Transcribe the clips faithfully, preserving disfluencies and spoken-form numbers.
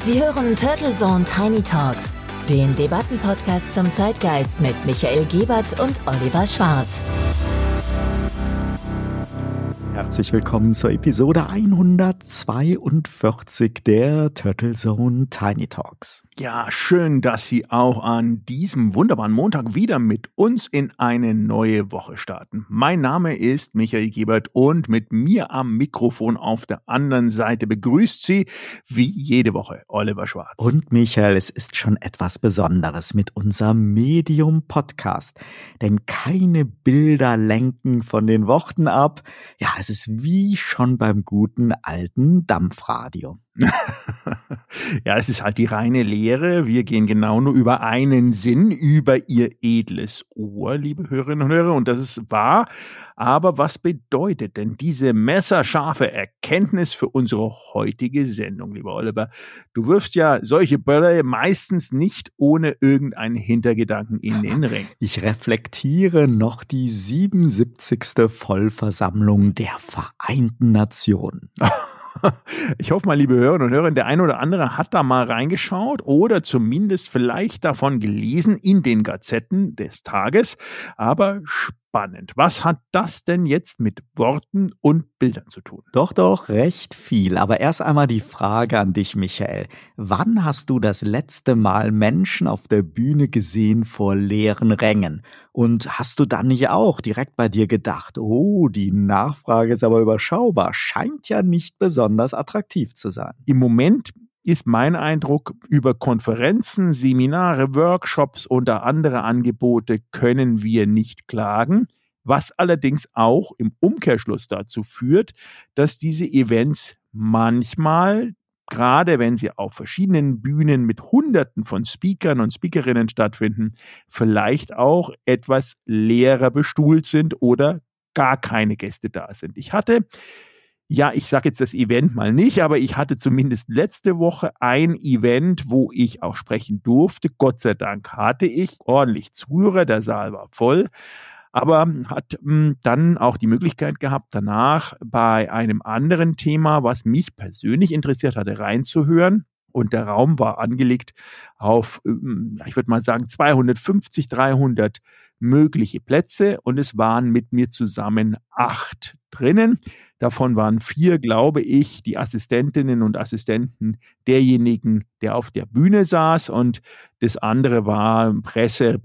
Sie hören Turtle Zone Tiny Talks, den Debattenpodcast zum Zeitgeist mit Michael Gebert und Oliver Schwarz. Herzlich willkommen zur Episode hundertzweiundvierzig der Turtle Zone Tiny Talks. Ja, schön, dass Sie auch an diesem wunderbaren Montag wieder mit uns in eine neue Woche starten. Mein Name ist Michael Gebert und mit mir am Mikrofon auf der anderen Seite begrüßt Sie wie jede Woche Oliver Schwarz. Und Michael, es ist schon etwas Besonderes mit unserem Medium-Podcast, denn keine Bilder lenken von den Worten ab. Ja, es ist wie schon beim guten alten Dampfradio. Ja, es ist halt die reine Lehre. Wir gehen genau nur über einen Sinn, über Ihr edles Ohr, liebe Hörerinnen und Hörer. Und das ist wahr. Aber was bedeutet denn diese messerscharfe Erkenntnis für unsere heutige Sendung, lieber Oliver? Du wirfst ja solche Böller meistens nicht ohne irgendeinen Hintergedanken in den Ring. Ich reflektiere noch die siebenundsiebzigste Vollversammlung der Vereinten Nationen. Ich hoffe mal, liebe Hörerinnen und Hörer, der eine oder andere hat da mal reingeschaut oder zumindest vielleicht davon gelesen in den Gazetten des Tages. Aber spannend. Was hat das denn jetzt mit Worten und Bildern zu tun? Doch, doch, recht viel. Aber erst einmal die Frage an dich, Michael. Wann hast du das letzte Mal Menschen auf der Bühne gesehen vor leeren Rängen? Und hast du dann nicht auch direkt bei dir gedacht, oh, die Nachfrage ist aber überschaubar, scheint ja nicht besonders attraktiv zu sein? Im Moment ist mein Eindruck, über Konferenzen, Seminare, Workshops oder andere Angebote können wir nicht klagen, was allerdings auch im Umkehrschluss dazu führt, dass diese Events manchmal, gerade wenn sie auf verschiedenen Bühnen mit Hunderten von Speakern und Speakerinnen stattfinden, vielleicht auch etwas leerer bestuhlt sind oder gar keine Gäste da sind. Ich hatte, ja, ich sage jetzt das Event mal nicht, aber ich hatte zumindest letzte Woche ein Event, wo ich auch sprechen durfte. Gott sei Dank hatte ich ordentlich Zuhörer, der Saal war voll. Aber hat mh, dann auch die Möglichkeit gehabt, danach bei einem anderen Thema, was mich persönlich interessiert hatte, reinzuhören. Und der Raum war angelegt auf, ich würde mal sagen, zweihundertfünfzig, dreihundert mögliche Plätze. Und es waren mit mir zusammen acht drinnen. Davon waren vier, glaube ich, die Assistentinnen und Assistenten derjenigen, der auf der Bühne saß. Und das andere war Presse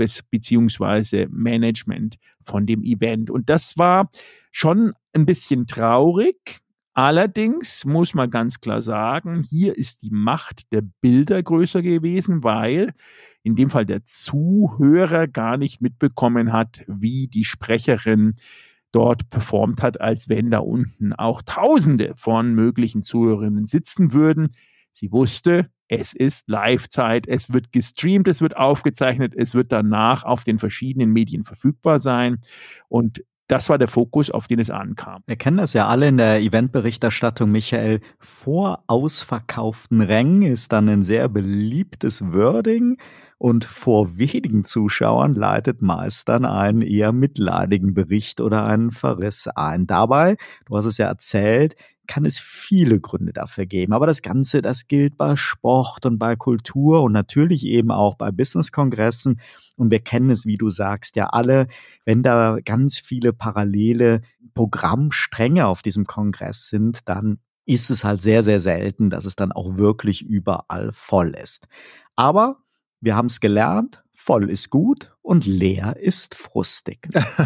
bzw. Management von dem Event. Und das war schon ein bisschen traurig. Allerdings muss man ganz klar sagen, hier ist die Macht der Bilder größer gewesen, weil in dem Fall der Zuhörer gar nicht mitbekommen hat, wie die Sprecherin dort performt hat, als wenn da unten auch Tausende von möglichen Zuhörerinnen sitzen würden. Sie wusste, es ist Live-Zeit, es wird gestreamt, es wird aufgezeichnet, es wird danach auf den verschiedenen Medien verfügbar sein und das war der Fokus, auf den es ankam. Wir kennen das ja alle in der Eventberichterstattung, Michael. Vor ausverkauften Rängen ist dann ein sehr beliebtes Wording und vor wenigen Zuschauern leitet meist dann einen eher mitleidigen Bericht oder einen Verriss ein. Dabei, du hast es ja erzählt, kann es viele Gründe dafür geben. Aber das Ganze, das gilt bei Sport und bei Kultur und natürlich eben auch bei Business-Kongressen. Und wir kennen es, wie du sagst, ja alle, wenn da ganz viele parallele Programmstränge auf diesem Kongress sind, dann ist es halt sehr, sehr selten, dass es dann auch wirklich überall voll ist. Aber wir haben es gelernt, voll ist gut und leer ist frustig.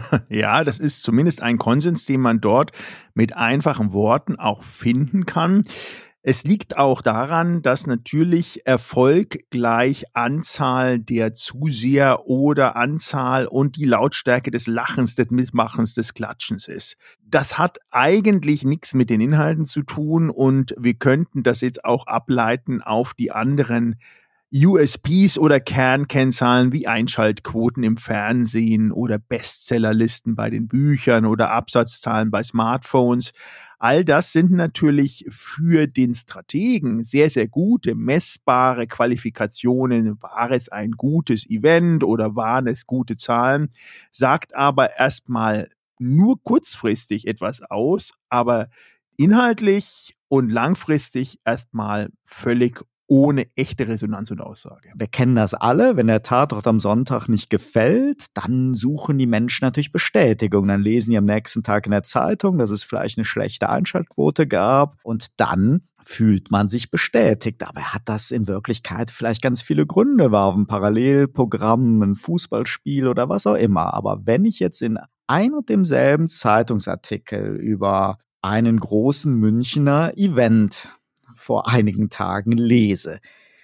Ja, das ist zumindest ein Konsens, den man dort mit einfachen Worten auch finden kann. Es liegt auch daran, dass natürlich Erfolg gleich Anzahl der Zuseher oder Anzahl und die Lautstärke des Lachens, des Mitmachens, des Klatschens ist. Das hat eigentlich nichts mit den Inhalten zu tun und wir könnten das jetzt auch ableiten auf die anderen U S Ps oder Kernkennzahlen wie Einschaltquoten im Fernsehen oder Bestsellerlisten bei den Büchern oder Absatzzahlen bei Smartphones. All das sind natürlich für den Strategen sehr, sehr gute, messbare Qualifikationen. War es ein gutes Event oder waren es gute Zahlen? Sagt aber erstmal nur kurzfristig etwas aus, aber inhaltlich und langfristig erstmal völlig ohne echte Resonanz und Aussage. Wir kennen das alle, wenn der Tatort am Sonntag nicht gefällt, dann suchen die Menschen natürlich Bestätigung. Dann lesen die am nächsten Tag in der Zeitung, dass es vielleicht eine schlechte Einschaltquote gab und dann fühlt man sich bestätigt. Dabei hat das in Wirklichkeit vielleicht ganz viele Gründe, war ein Parallelprogramm, ein Fußballspiel oder was auch immer. Aber wenn ich jetzt in ein und demselben Zeitungsartikel über einen großen Münchner Event vor einigen Tagen lese,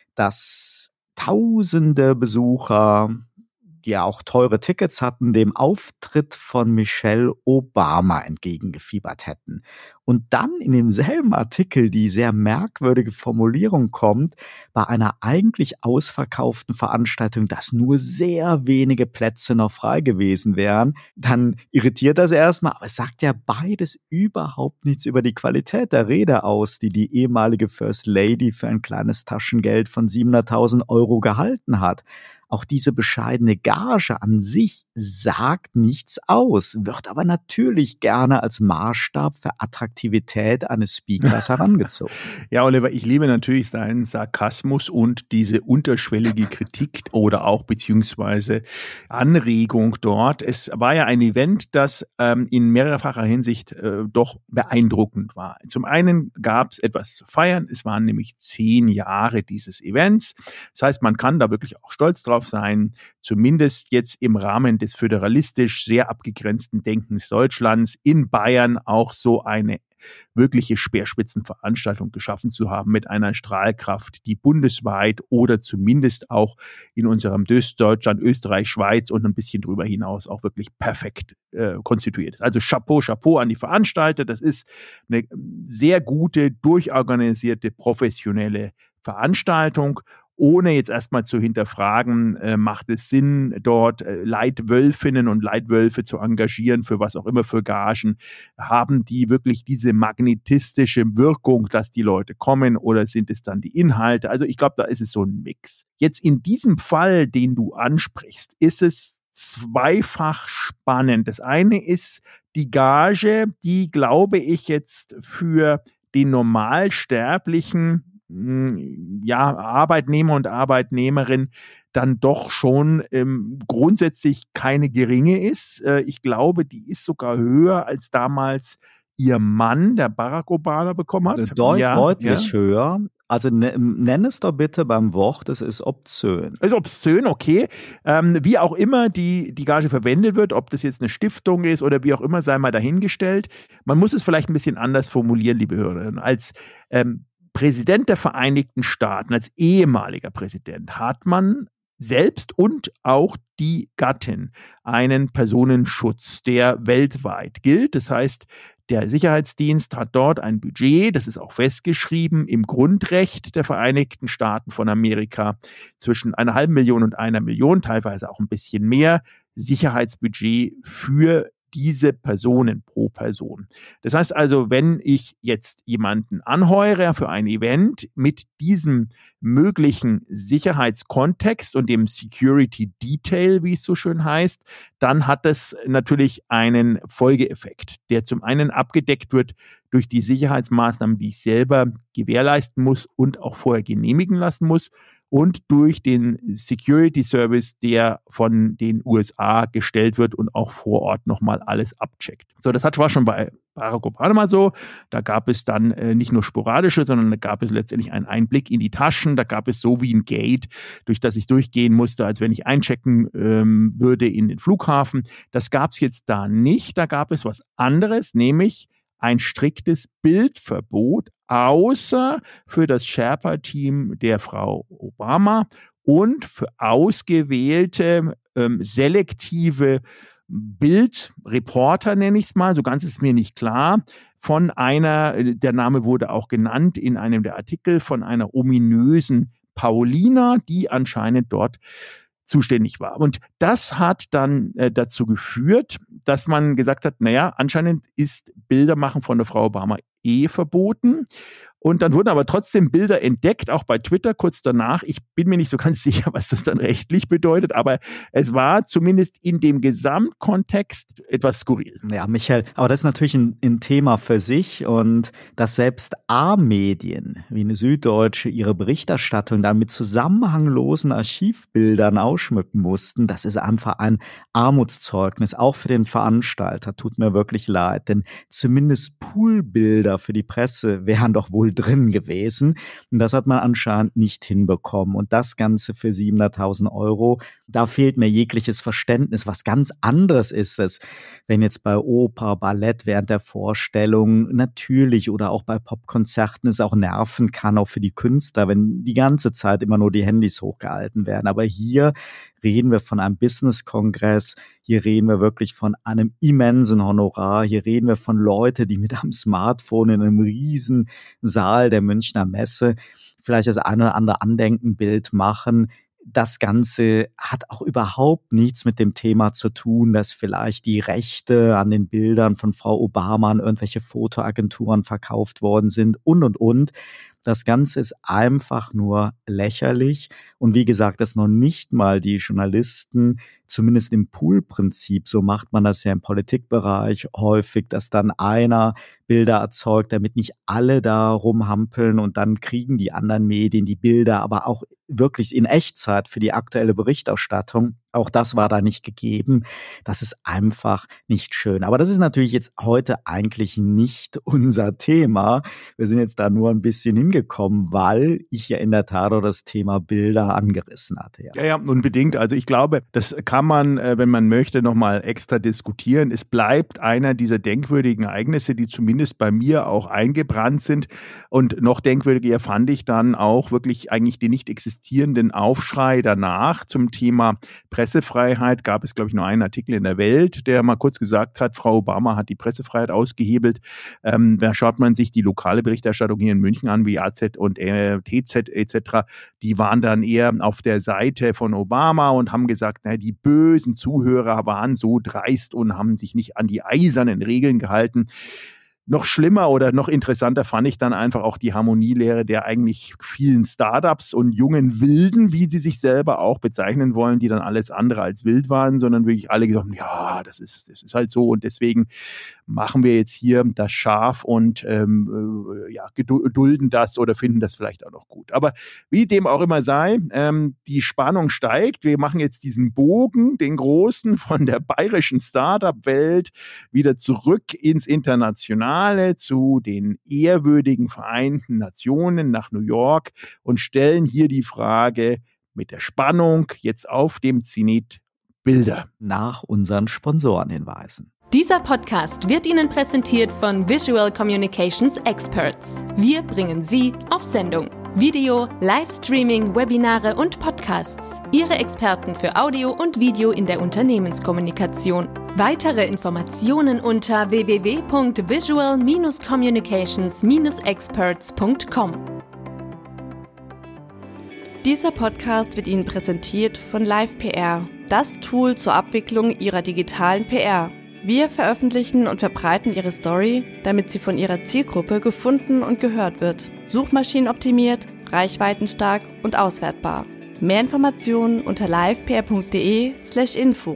dass tausende Besucher, die ja auch teure Tickets hatten, dem Auftritt von Michelle Obama entgegengefiebert hätten. Und dann in demselben Artikel die sehr merkwürdige Formulierung kommt, bei einer eigentlich ausverkauften Veranstaltung, dass nur sehr wenige Plätze noch frei gewesen wären, dann irritiert das erstmal, aber es sagt ja beides überhaupt nichts über die Qualität der Rede aus, die die ehemalige First Lady für ein kleines Taschengeld von siebenhunderttausend Euro gehalten hat. Auch diese bescheidene Gage an sich sagt nichts aus, wird aber natürlich gerne als Maßstab für Attraktivität eines Speakers herangezogen. Ja, Oliver, ich liebe natürlich seinen Sarkasmus und diese unterschwellige Kritik oder auch beziehungsweise Anregung dort. Es war ja ein Event, das ähm, in mehrfacher Hinsicht äh, doch beeindruckend war. Zum einen gab es etwas zu feiern, es waren nämlich zehn Jahre dieses Events. Das heißt, man kann da wirklich auch stolz drauf sein, zumindest jetzt im Rahmen des föderalistisch sehr abgegrenzten Denkens Deutschlands in Bayern auch so eine wirkliche Speerspitzenveranstaltung geschaffen zu haben mit einer Strahlkraft, die bundesweit oder zumindest auch in unserem D Ö S Deutschland, Österreich, Schweiz und ein bisschen drüber hinaus auch wirklich perfekt äh, konstituiert ist. Also Chapeau, Chapeau an die Veranstalter. Das ist eine sehr gute, durchorganisierte, professionelle Veranstaltung. Ohne jetzt erstmal zu hinterfragen, äh, macht es Sinn, dort äh, Leitwölfinnen und Leitwölfe zu engagieren, für was auch immer, für Gagen. Haben die wirklich diese magnetistische Wirkung, dass die Leute kommen, oder sind es dann die Inhalte? Also ich glaube, da ist es so ein Mix. Jetzt in diesem Fall, den du ansprichst, ist es zweifach spannend. Das eine ist die Gage, die, glaube ich, jetzt für den Normalsterblichen, ja, Arbeitnehmer und Arbeitnehmerin dann doch schon ähm, grundsätzlich keine geringe ist. Äh, ich glaube, die ist sogar höher als damals ihr Mann, der Barack Obama, bekommen hat. Deut- ja, deutlich ja. höher. Also ne, nenn es doch bitte beim Wort, es ist obszön. Ist obszön, okay. Ähm, wie auch immer die, die Gage verwendet wird, ob das jetzt eine Stiftung ist oder wie auch immer, sei mal dahingestellt. Man muss es vielleicht ein bisschen anders formulieren, liebe Hörerinnen. Als ähm, Präsident der Vereinigten Staaten, als ehemaliger Präsident, hat man selbst und auch die Gattin einen Personenschutz, der weltweit gilt. Das heißt, der Sicherheitsdienst hat dort ein Budget, das ist auch festgeschrieben im Grundrecht der Vereinigten Staaten von Amerika, zwischen einer halben Million und einer Million, teilweise auch ein bisschen mehr, Sicherheitsbudget für diese Personen pro Person. Das heißt also, wenn ich jetzt jemanden anheuere für ein Event mit diesem möglichen Sicherheitskontext und dem Security Detail, wie es so schön heißt, dann hat das natürlich einen Folgeeffekt, der zum einen abgedeckt wird durch die Sicherheitsmaßnahmen, die ich selber gewährleisten muss und auch vorher genehmigen lassen muss, und durch den Security Service, der von den U S A gestellt wird und auch vor Ort nochmal alles abcheckt. So, das war schon bei Barack Obama so. Da gab es dann äh, nicht nur sporadische, sondern da gab es letztendlich einen Einblick in die Taschen. Da gab es so wie ein Gate, durch das ich durchgehen musste, als wenn ich einchecken ähm, würde in den Flughafen. Das gab es jetzt da nicht. Da gab es was anderes, nämlich ein striktes Bildverbot, außer für das Sherpa-Team der Frau Obama und für ausgewählte, ähm, selektive Bildreporter, nenne ich es mal, so ganz ist mir nicht klar, von einer, der Name wurde auch genannt in einem der Artikel, von einer ominösen Paulina, die anscheinend dort zuständig war. Und das hat dann äh, dazu geführt, dass man gesagt hat, naja, anscheinend ist Bildermachen von der Frau Obama eh verboten. Und dann wurden aber trotzdem Bilder entdeckt, auch bei Twitter kurz danach. Ich bin mir nicht so ganz sicher, was das dann rechtlich bedeutet, aber es war zumindest in dem Gesamtkontext etwas skurril. Ja, Michael, aber das ist natürlich ein, ein Thema für sich und dass selbst A-Medien wie eine Süddeutsche ihre Berichterstattung dann mit zusammenhanglosen Archivbildern ausschmücken mussten, das ist einfach ein Armutszeugnis, auch für den Veranstalter. Tut mir wirklich leid, denn zumindest Poolbilder für die Presse wären doch wohl drin gewesen. Und das hat man anscheinend nicht hinbekommen. Und das Ganze für siebenhunderttausend Euro, da fehlt mir jegliches Verständnis. Was ganz anderes ist es, wenn jetzt bei Oper, Ballett während der Vorstellung natürlich oder auch bei Popkonzerten es auch nerven kann, auch für die Künstler, wenn die ganze Zeit immer nur die Handys hochgehalten werden. Aber hier reden wir von einem Business-Kongress, hier reden wir wirklich von einem immensen Honorar, hier reden wir von Leuten, die mit einem Smartphone in einem riesen Saal der Münchner Messe vielleicht das eine oder andere Andenkenbild machen. Das Ganze hat auch überhaupt nichts mit dem Thema zu tun, dass vielleicht die Rechte an den Bildern von Frau Obama an irgendwelche Fotoagenturen verkauft worden sind und, und, und. Das Ganze ist einfach nur lächerlich. Und wie gesagt, dass noch nicht mal die Journalisten, zumindest im Pool-Prinzip, so macht man das ja im Politikbereich häufig, dass dann einer Bilder erzeugt, damit nicht alle da rumhampeln und dann kriegen die anderen Medien die Bilder, aber auch wirklich in Echtzeit für die aktuelle Berichterstattung. Auch das war da nicht gegeben. Das ist einfach nicht schön. Aber das ist natürlich jetzt heute eigentlich nicht unser Thema. Wir sind jetzt da nur ein bisschen hingekommen, weil ich ja in der Tat auch das Thema Bilder angerissen hatte. Ja, ja, ja, unbedingt. Also ich glaube, das kann man, wenn man möchte, nochmal extra diskutieren. Es bleibt einer dieser denkwürdigen Ereignisse, die zumindest bei mir auch eingebrannt sind. Und noch denkwürdiger fand ich dann auch wirklich eigentlich den nicht existierenden Aufschrei danach zum Thema Pressefreiheit. Gab es, glaube ich, nur einen Artikel in der Welt, der mal kurz gesagt hat, Frau Obama hat die Pressefreiheit ausgehebelt. Ähm, da schaut man sich die lokale Berichterstattung hier in München an, wie A Z und äh, T Z et cetera. Die waren dann eher auf der Seite von Obama und haben gesagt, na, die bösen Zuhörer waren so dreist und haben sich nicht an die eisernen Regeln gehalten. Noch schlimmer oder noch interessanter fand ich dann einfach auch die Harmonielehre der eigentlich vielen Startups und jungen Wilden, wie sie sich selber auch bezeichnen wollen, die dann alles andere als wild waren, sondern wirklich alle gesagt haben, ja, das ist, das ist halt so und deswegen machen wir jetzt hier das Schaf und ähm, äh, ja, gedulden das oder finden das vielleicht auch noch gut. Aber wie dem auch immer sei, ähm, die Spannung steigt. Wir machen jetzt diesen Bogen, den großen, von der bayerischen Startup-Welt wieder zurück ins Internationale, zu den ehrwürdigen Vereinten Nationen nach New York und stellen hier die Frage mit der Spannung jetzt auf dem Zenit Bilder. Nach unseren Sponsorenhinweisen. Dieser Podcast wird Ihnen präsentiert von Visual Communications Experts. Wir bringen Sie auf Sendung. Video, Livestreaming, Webinare und Podcasts. Ihre Experten für Audio und Video in der Unternehmenskommunikation. Weitere Informationen unter w w w punkt visual dash communications dash experts punkt com. Dieser Podcast wird Ihnen präsentiert von Live P R, das Tool zur Abwicklung Ihrer digitalen P R. Wir veröffentlichen und verbreiten Ihre Story, damit sie von Ihrer Zielgruppe gefunden und gehört wird. Suchmaschinenoptimiert, reichweitenstark und auswertbar. Mehr Informationen unter livepr punkt de slash info.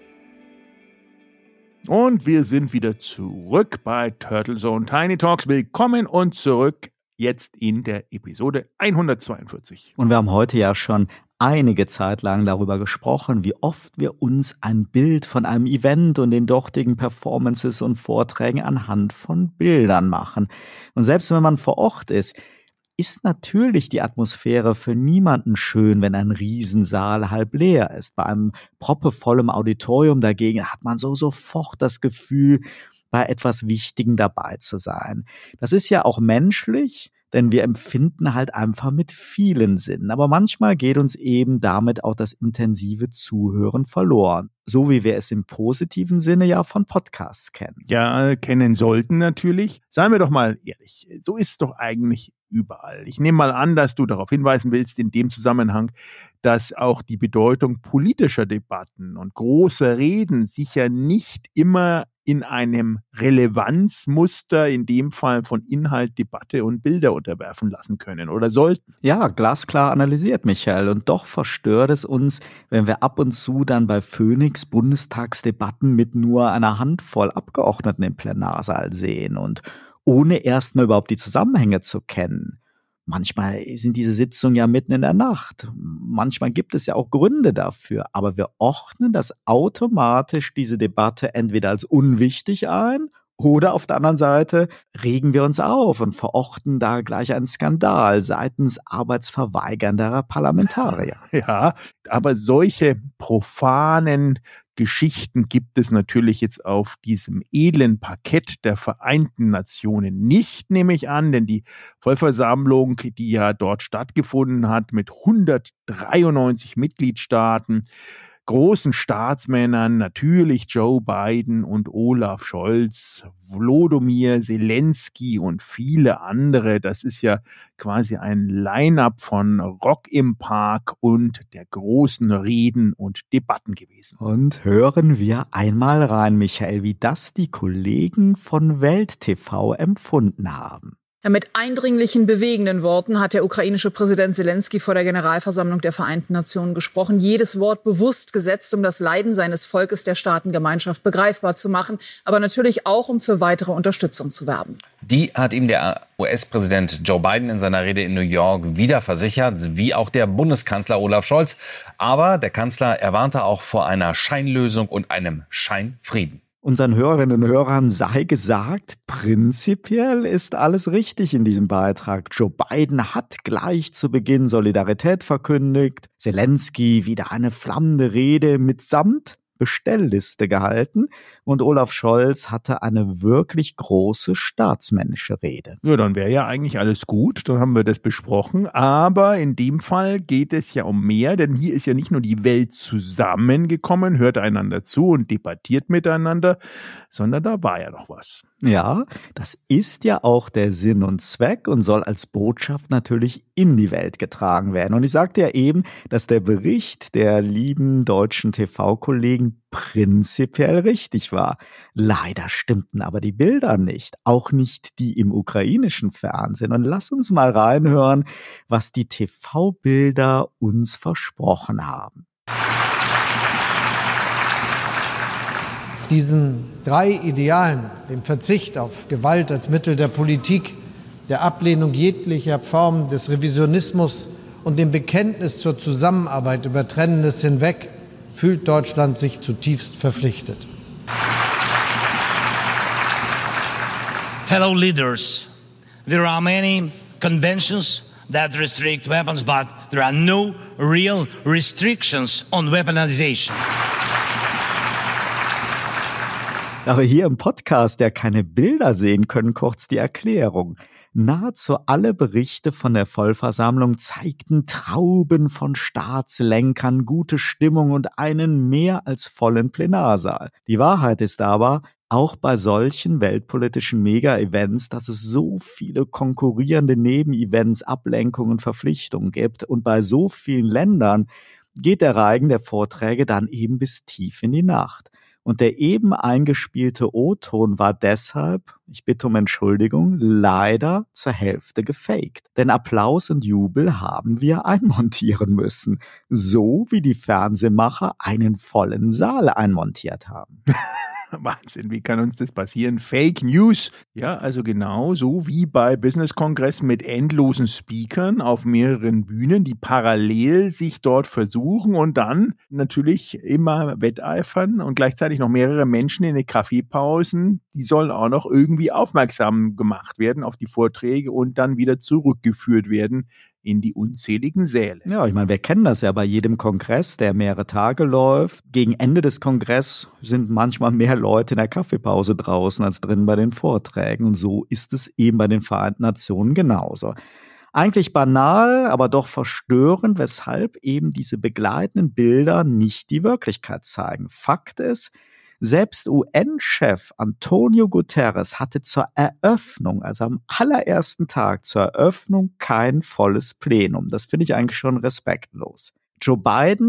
Und wir sind wieder zurück bei Turtle Zone Tiny Talks. Willkommen und zurück jetzt in der Episode hundertzweiundvierzig. Und wir haben heute ja schon einige Zeit lang darüber gesprochen, wie oft wir uns ein Bild von einem Event und den dortigen Performances und Vorträgen anhand von Bildern machen. Und selbst wenn man vor Ort ist, ist natürlich die Atmosphäre für niemanden schön, wenn ein Riesensaal halb leer ist. Bei einem proppevollen Auditorium dagegen hat man so sofort das Gefühl, bei etwas Wichtigem dabei zu sein. Das ist ja auch menschlich, denn wir empfinden halt einfach mit vielen Sinnen. Aber manchmal geht uns eben damit auch das intensive Zuhören verloren. So wie wir es im positiven Sinne ja von Podcasts kennen. Ja, kennen sollten natürlich. Seien wir doch mal ehrlich, so ist es doch eigentlich überall. Ich nehme mal an, dass du darauf hinweisen willst in dem Zusammenhang, dass auch die Bedeutung politischer Debatten und großer Reden sicher nicht immer in einem Relevanzmuster, in dem Fall von Inhalt, Debatte und Bilder unterwerfen lassen können oder sollten. Ja, glasklar analysiert, Michael. Und doch verstört es uns, wenn wir ab und zu dann bei Phoenix Bundestagsdebatten mit nur einer Handvoll Abgeordneten im Plenarsaal sehen und ohne erstmal überhaupt die Zusammenhänge zu kennen. Manchmal sind diese Sitzungen ja mitten in der Nacht. Manchmal gibt es ja auch Gründe dafür. Aber wir ordnen das automatisch, diese Debatte, entweder als unwichtig ein oder auf der anderen Seite regen wir uns auf und verorten da gleich einen Skandal seitens arbeitsverweigernder Parlamentarier. Ja, aber solche profanen Geschichten gibt es natürlich jetzt auf diesem edlen Parkett der Vereinten Nationen nicht, nehme ich an, denn die Vollversammlung, die ja dort stattgefunden hat mit hundertdreiundneunzig Mitgliedstaaten, großen Staatsmännern, natürlich Joe Biden und Olaf Scholz, Volodymyr Zelensky und viele andere. Das ist ja quasi ein Line-up von Rock im Park und der großen Reden und Debatten gewesen. Und hören wir einmal rein, Michael, wie das die Kollegen von Welt T V empfunden haben. Ja, mit eindringlichen, bewegenden Worten hat der ukrainische Präsident Zelensky vor der Generalversammlung der Vereinten Nationen gesprochen. Jedes Wort bewusst gesetzt, um das Leiden seines Volkes der Staatengemeinschaft begreifbar zu machen, aber natürlich auch, um für weitere Unterstützung zu werben. Die hat ihm der U S-Präsident Joe Biden in seiner Rede in New York wieder versichert, wie auch der Bundeskanzler Olaf Scholz. Aber der Kanzler, er warnte auch vor einer Scheinlösung und einem Scheinfrieden. Unseren Hörerinnen und Hörern sei gesagt, prinzipiell ist alles richtig in diesem Beitrag. Joe Biden hat gleich zu Beginn Solidarität verkündigt, Zelensky wieder eine flammende Rede mitsamt Bestellliste gehalten und Olaf Scholz hatte eine wirklich große staatsmännische Rede. Ja, dann wäre ja eigentlich alles gut, dann haben wir das besprochen, aber in dem Fall geht es ja um mehr, denn hier ist ja nicht nur die Welt zusammengekommen, hört einander zu und debattiert miteinander, sondern da war ja noch was. Ja, das ist ja auch der Sinn und Zweck und soll als Botschaft natürlich in die Welt getragen werden. Und ich sagte ja eben, dass der Bericht der lieben deutschen T V-Kollegen prinzipiell richtig war. Leider stimmten aber die Bilder nicht, auch nicht die im ukrainischen Fernsehen. Und lass uns mal reinhören, was die T V-Bilder uns versprochen haben. Diesen drei Idealen, dem Verzicht auf Gewalt als Mittel der Politik, der Ablehnung jeglicher Form des Revisionismus und dem Bekenntnis zur Zusammenarbeit über Trennendes hinweg, fühlt Deutschland sich zutiefst verpflichtet. Fellow leaders, there are many conventions that restrict weapons, but there are no real restrictions on weaponization. Aber hier im Podcast, der keine Bilder sehen können, kurz die Erklärung. Nahezu alle Berichte von der Vollversammlung zeigten Trauben von Staatslenkern, gute Stimmung und einen mehr als vollen Plenarsaal. Die Wahrheit ist aber, auch bei solchen weltpolitischen Mega-Events, dass es so viele konkurrierende Nebenevents, Ablenkungen und Verpflichtungen gibt und bei so vielen Ländern geht der Reigen der Vorträge dann eben bis tief in die Nacht. Und der eben eingespielte O-Ton war deshalb, ich bitte um Entschuldigung, leider zur Hälfte gefaked. Denn Applaus und Jubel haben wir einmontieren müssen. So wie die Fernsehmacher einen vollen Saal einmontiert haben. Wahnsinn, wie kann uns das passieren? Fake News. Ja, also genau so wie bei Business-Kongressen mit endlosen Speakern auf mehreren Bühnen, die parallel sich dort versuchen und dann natürlich immer wetteifern und gleichzeitig noch mehrere Menschen in den Kaffeepausen, die sollen auch noch irgendwie aufmerksam gemacht werden auf die Vorträge und dann wieder zurückgeführt werden in die unzähligen Säle. Ja, ich meine, wir kennen das ja bei jedem Kongress, der mehrere Tage läuft. Gegen Ende des Kongresses sind manchmal mehr Leute in der Kaffeepause draußen als drin bei den Vorträgen. Und so ist es eben bei den Vereinten Nationen genauso. Eigentlich banal, aber doch verstörend, weshalb eben diese begleitenden Bilder nicht die Wirklichkeit zeigen. Fakt ist, selbst U N-Chef Antonio Guterres hatte zur Eröffnung, also am allerersten Tag zur Eröffnung, kein volles Plenum. Das finde ich eigentlich schon respektlos. Joe Biden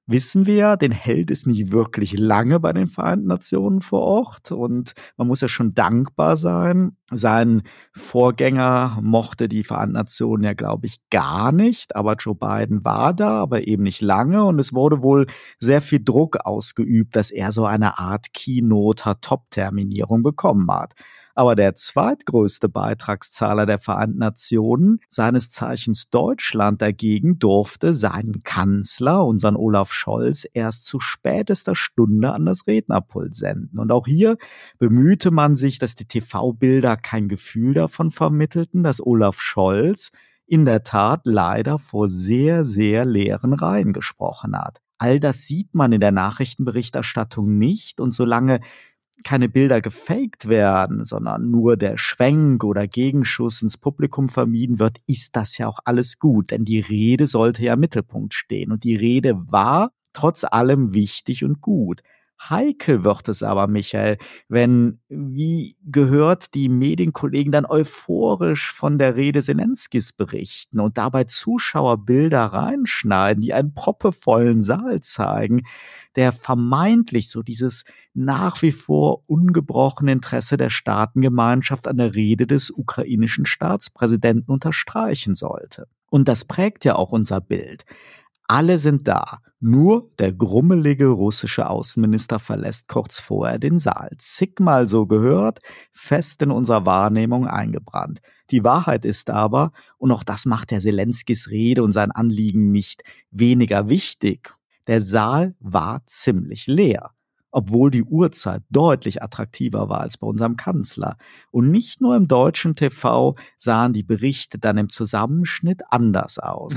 wissen wir ja, den hält es nicht wirklich lange bei den Vereinten Nationen vor Ort und man muss ja schon dankbar sein. Sein Vorgänger mochte die Vereinten Nationen ja, glaube ich, gar nicht, aber Joe Biden war da, aber eben nicht lange und es wurde wohl sehr viel Druck ausgeübt, dass er so eine Art Keynote-Top-Terminierung bekommen hat. Aber der zweitgrößte Beitragszahler der Vereinten Nationen, seines Zeichens Deutschland dagegen, durfte seinen Kanzler, unseren Olaf Scholz, erst zu spätester Stunde an das Rednerpult senden. Und auch hier bemühte man sich, dass die T V-Bilder kein Gefühl davon vermittelten, dass Olaf Scholz in der Tat leider vor sehr, sehr leeren Reihen gesprochen hat. All das sieht man in der Nachrichtenberichterstattung nicht und solange keine Bilder gefaked werden, sondern nur der Schwenk oder Gegenschuss ins Publikum vermieden wird, ist das ja auch alles gut, denn die Rede sollte ja im Mittelpunkt stehen und die Rede war trotz allem wichtig und gut. Heikel wird es aber, Michael, wenn, wie gehört, die Medienkollegen dann euphorisch von der Rede Selenskis berichten und dabei Zuschauerbilder reinschneiden, die einen proppevollen Saal zeigen, der vermeintlich so dieses nach wie vor ungebrochene Interesse der Staatengemeinschaft an der Rede des ukrainischen Staatspräsidenten unterstreichen sollte. Und das prägt ja auch unser Bild. Alle sind da, nur der grummelige russische Außenminister verlässt kurz vorher den Saal. Zigmal so gehört, fest in unserer Wahrnehmung eingebrannt. Die Wahrheit ist aber, und auch das macht der Selenskis Rede und sein Anliegen nicht weniger wichtig, der Saal war ziemlich leer, obwohl die Uhrzeit deutlich attraktiver war als bei unserem Kanzler. Und nicht nur im deutschen T V sahen die Berichte dann im Zusammenschnitt anders aus.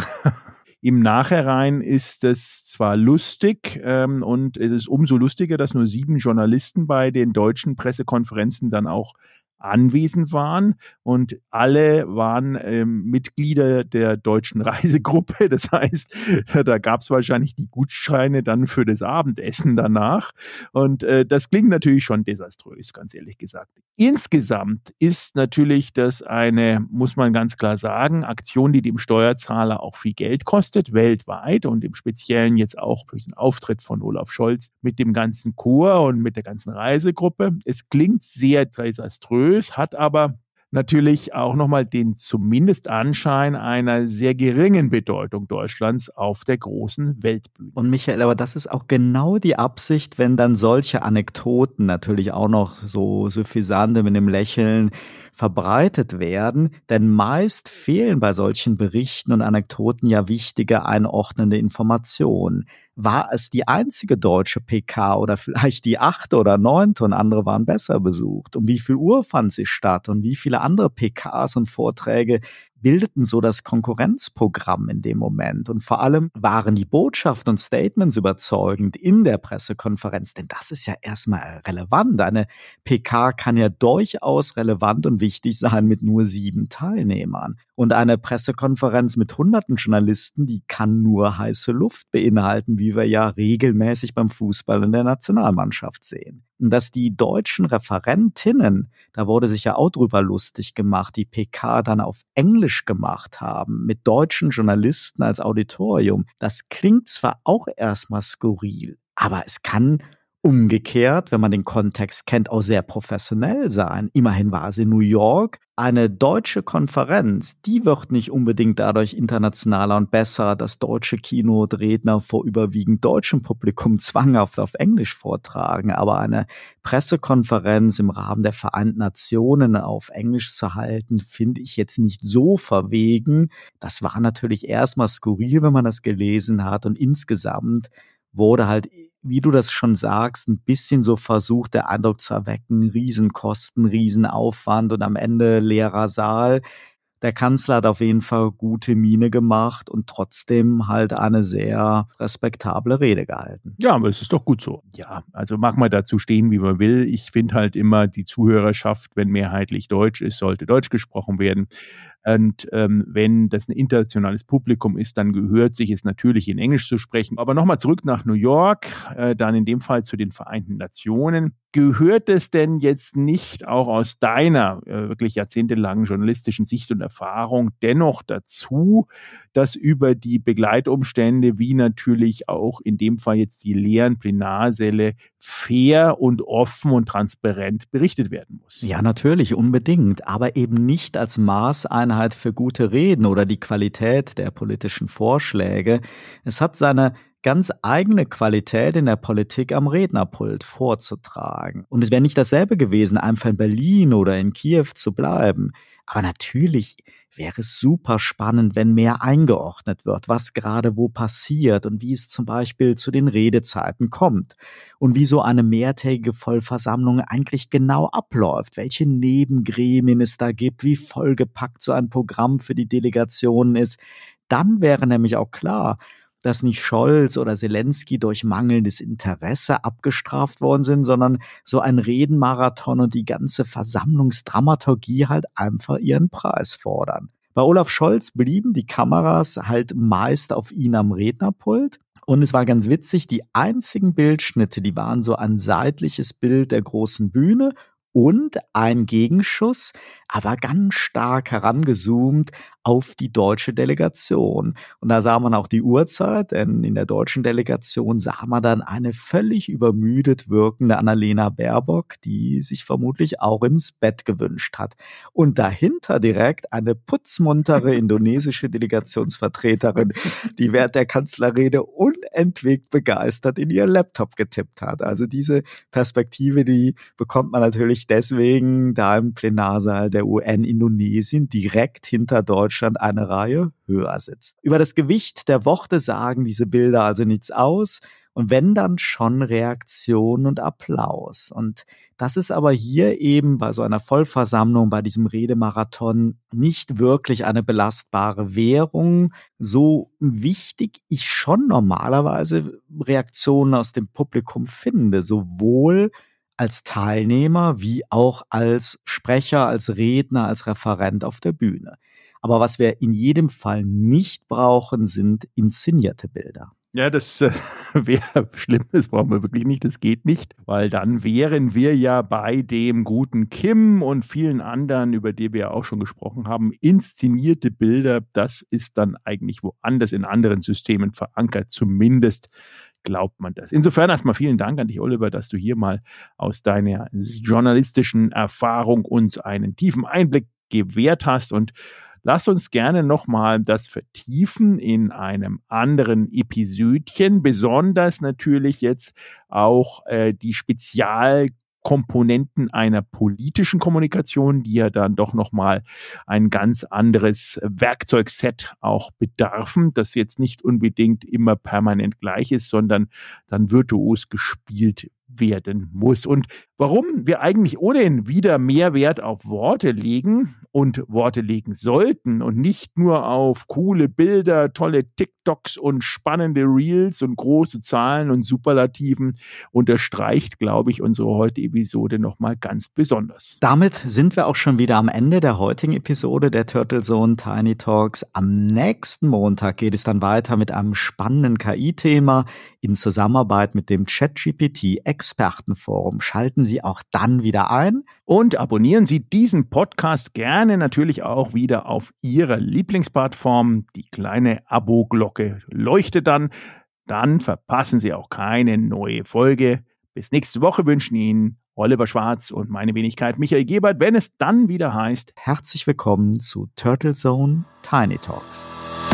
Im Nachhinein ist es zwar lustig ähm, und es ist umso lustiger, dass nur sieben Journalisten bei den deutschen Pressekonferenzen dann auch anwesend waren und alle waren ähm, Mitglieder der deutschen Reisegruppe. Das heißt, da gab es wahrscheinlich die Gutscheine dann für das Abendessen danach und äh, das klingt natürlich schon desaströs, ganz ehrlich gesagt. Insgesamt ist natürlich das eine, muss man ganz klar sagen, Aktion, die dem Steuerzahler auch viel Geld kostet, weltweit und im Speziellen jetzt auch durch den Auftritt von Olaf Scholz mit dem ganzen Chor und mit der ganzen Reisegruppe. Es klingt sehr desaströs, hat aber natürlich auch nochmal den zumindest Anschein einer sehr geringen Bedeutung Deutschlands auf der großen Weltbühne. Und Michael, aber das ist auch genau die Absicht, wenn dann solche Anekdoten natürlich auch noch so suffisante mit einem Lächeln verbreitet werden, denn meist fehlen bei solchen Berichten und Anekdoten ja wichtige einordnende Informationen. War es die einzige deutsche P K oder vielleicht die achte oder neunte und andere waren besser besucht? Um wie viel Uhr fand sie statt und wie viele andere P Ks und Vorträge bildeten so das Konkurrenzprogramm in dem Moment? Und vor allem waren die Botschaften und Statements überzeugend in der Pressekonferenz, denn das ist ja erstmal relevant. Eine P K kann ja durchaus relevant und wichtig sein mit nur sieben Teilnehmern. Und eine Pressekonferenz mit hunderten Journalisten, die kann nur heiße Luft beinhalten, wie wir ja regelmäßig beim Fußball in der Nationalmannschaft sehen. Und dass die deutschen Referentinnen, da wurde sich ja auch drüber lustig gemacht, die P K dann auf Englisch gemacht haben, mit deutschen Journalisten als Auditorium. Das klingt zwar auch erstmal skurril, aber es kann umgekehrt, wenn man den Kontext kennt, auch sehr professionell sein. Immerhin war es in New York. Eine deutsche Konferenz, die wird nicht unbedingt dadurch internationaler und besser, dass deutsche Keynote-Redner vor überwiegend deutschem Publikum zwanghaft auf Englisch vortragen. Aber eine Pressekonferenz im Rahmen der Vereinten Nationen auf Englisch zu halten, finde ich jetzt nicht so verwegen. Das war natürlich erstmal skurril, wenn man das gelesen hat. Und insgesamt wurde halt, wie du das schon sagst, ein bisschen so versucht, der Eindruck zu erwecken, Riesenkosten, Riesenaufwand und am Ende leerer Saal. Der Kanzler hat auf jeden Fall gute Miene gemacht und trotzdem halt eine sehr respektable Rede gehalten. Ja, aber es ist doch gut so. Ja, also mag man dazu stehen, wie man will. Ich finde halt immer, die Zuhörerschaft, wenn mehrheitlich Deutsch ist, sollte Deutsch gesprochen werden. Und ähm, wenn das ein internationales Publikum ist, dann gehört sich es natürlich in Englisch zu sprechen. Aber nochmal zurück nach New York, äh, dann in dem Fall zu den Vereinten Nationen. Gehört es denn jetzt nicht auch aus deiner äh, wirklich jahrzehntelangen journalistischen Sicht und Erfahrung dennoch dazu, dass über die Begleitumstände, wie natürlich auch in dem Fall jetzt die leeren Plenarsäle, fair und offen und transparent berichtet werden muss? Ja, natürlich, unbedingt, aber eben nicht als Maßeinheit für gute Reden oder die Qualität der politischen Vorschläge. Es hat seine ganz eigene Qualität in der Politik am Rednerpult vorzutragen. Und es wäre nicht dasselbe gewesen, einfach in Berlin oder in Kiew zu bleiben. Aber natürlich wäre es super spannend, wenn mehr eingeordnet wird, was gerade wo passiert und wie es zum Beispiel zu den Redezeiten kommt und wie so eine mehrtägige Vollversammlung eigentlich genau abläuft, welche Nebengremien es da gibt, wie vollgepackt so ein Programm für die Delegationen ist. Dann wäre nämlich auch klar, dass nicht Scholz oder Zelensky durch mangelndes Interesse abgestraft worden sind, sondern so ein Redenmarathon und die ganze Versammlungsdramaturgie halt einfach ihren Preis fordern. Bei Olaf Scholz blieben die Kameras halt meist auf ihn am Rednerpult. Und es war ganz witzig, die einzigen Bildschnitte, die waren so ein seitliches Bild der großen Bühne und ein Gegenschuss, aber ganz stark herangezoomt auf die deutsche Delegation. Und da sah man auch die Uhrzeit, denn in der deutschen Delegation sah man dann eine völlig übermüdet wirkende Annalena Baerbock, die sich vermutlich auch ins Bett gewünscht hat. Und dahinter direkt eine putzmuntere indonesische Delegationsvertreterin, die während der Kanzlerrede unentwegt begeistert in ihr Laptop getippt hat. Also diese Perspektive, die bekommt man natürlich deswegen da im Plenarsaal der U N Indonesien direkt hinter Deutschland eine Reihe höher sitzt. Über das Gewicht der Worte sagen diese Bilder also nichts aus und wenn, dann schon Reaktion und Applaus. Und das ist aber hier eben bei so einer Vollversammlung, bei diesem Redemarathon nicht wirklich eine belastbare Währung. So wichtig ich schon normalerweise Reaktionen aus dem Publikum finde, sowohl als Teilnehmer wie auch als Sprecher, als Redner, als Referent auf der Bühne. Aber was wir in jedem Fall nicht brauchen, sind inszenierte Bilder. Ja, das äh, wäre schlimm, das brauchen wir wirklich nicht, das geht nicht, weil dann wären wir ja bei dem guten Kim und vielen anderen, über die wir ja auch schon gesprochen haben. Inszenierte Bilder, das ist dann eigentlich woanders in anderen Systemen verankert, zumindest glaubt man das. Insofern erstmal vielen Dank an dich, Oliver, dass du hier mal aus deiner journalistischen Erfahrung uns einen tiefen Einblick gewährt hast und lass uns gerne nochmal das vertiefen in einem anderen Episödchen, besonders natürlich jetzt auch äh, die Spezialkomponenten einer politischen Kommunikation, die ja dann doch nochmal ein ganz anderes Werkzeugset auch bedarfen, das jetzt nicht unbedingt immer permanent gleich ist, sondern dann virtuos gespielt werden muss. Und warum wir eigentlich ohnehin wieder mehr Wert auf Worte legen und Worte legen sollten und nicht nur auf coole Bilder, tolle TikToks und spannende Reels und große Zahlen und Superlativen, unterstreicht, glaube ich, unsere heutige Episode nochmal ganz besonders. Damit sind wir auch schon wieder am Ende der heutigen Episode der Turtle Zone Tiny Talks. Am nächsten Montag geht es dann weiter mit einem spannenden K I-Thema in Zusammenarbeit mit dem ChatGPT-Expertenforum. Schalten Sie auch dann wieder ein. Und abonnieren Sie diesen Podcast gerne natürlich auch wieder auf Ihrer Lieblingsplattform. Die kleine Abo-Glocke leuchtet dann. Dann verpassen Sie auch keine neue Folge. Bis nächste Woche wünschen Ihnen Oliver Schwarz und meine Wenigkeit Michael Gebert, wenn es dann wieder heißt: Herzlich willkommen zu Turtle Zone Tiny Talks.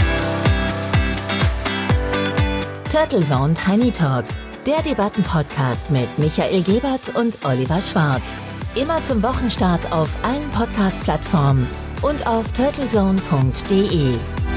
Turtle Zone Tiny Talks, der Debattenpodcast mit Michael Gebert und Oliver Schwarz. Immer zum Wochenstart auf allen Podcast-Plattformen und auf turtlezone punkt de.